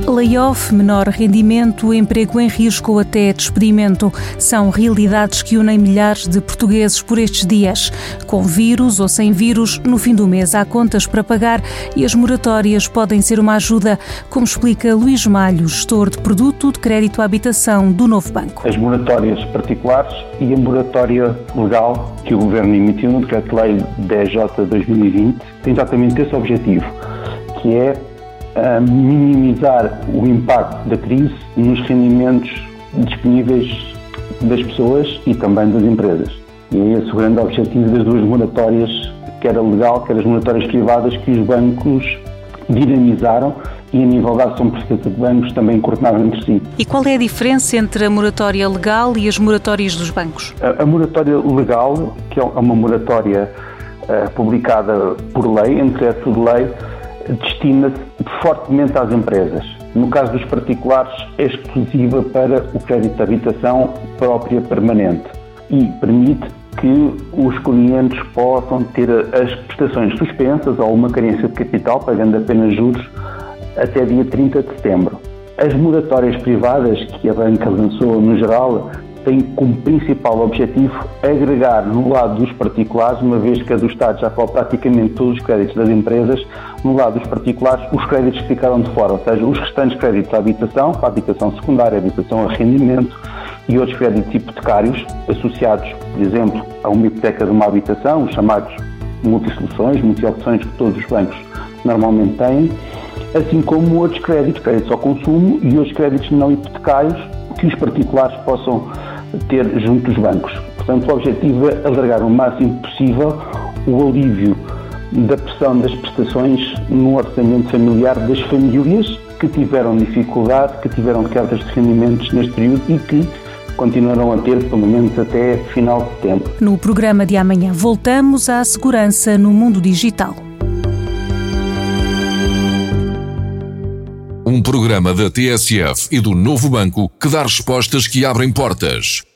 Layoff, menor rendimento, emprego em risco ou até despedimento são realidades que unem milhares de portugueses por estes dias. Com vírus ou sem vírus, no fim do mês há contas para pagar e as moratórias podem ser uma ajuda, como explica Luís Malho, gestor de produto de crédito à habitação do Novo Banco. As moratórias particulares e a moratória legal que o Governo emitiu no Decreto-Lei 10J/2020 tem exatamente esse objetivo, que é minimizar o impacto da crise nos rendimentos disponíveis das pessoas e também das empresas. E é esse o grande objetivo das duas moratórias, quer a legal, quer as moratórias privadas, que os bancos dinamizaram e a nível da ação prestativa de bancos também coordenaram entre si. E qual é a diferença entre a moratória legal e as moratórias dos bancos? A moratória legal, que é uma moratória publicada por lei, em decreto de lei, destina-se fortemente às empresas. No caso dos particulares, é exclusiva para o crédito de habitação própria permanente e permite que os clientes possam ter as prestações suspensas ou uma carência de capital, pagando apenas juros, até dia 30 de setembro. As moratórias privadas, que a banca lançou no geral, têm como principal objetivo agregar no lado dos particulares, uma vez que a do Estado já cobre praticamente todos os créditos das empresas, no lado dos particulares os créditos que ficaram de fora, ou seja, os restantes créditos à habitação, para a habitação secundária, habitação a rendimento e outros créditos hipotecários associados, por exemplo, a uma hipoteca de uma habitação, os chamados multisoluções, multi-opções que todos os bancos normalmente têm, assim como outros créditos ao consumo e outros créditos não hipotecários que os particulares possam ter junto dos bancos. Portanto, o objetivo é alargar o máximo possível o alívio da pressão das prestações no orçamento familiar das famílias que tiveram dificuldade, que tiveram quedas de rendimentos neste período e que continuarão a ter pelo menos até final de setembro. No programa de amanhã voltamos à segurança no mundo digital. Um programa da TSF e do Novo Banco que dá respostas que abrem portas.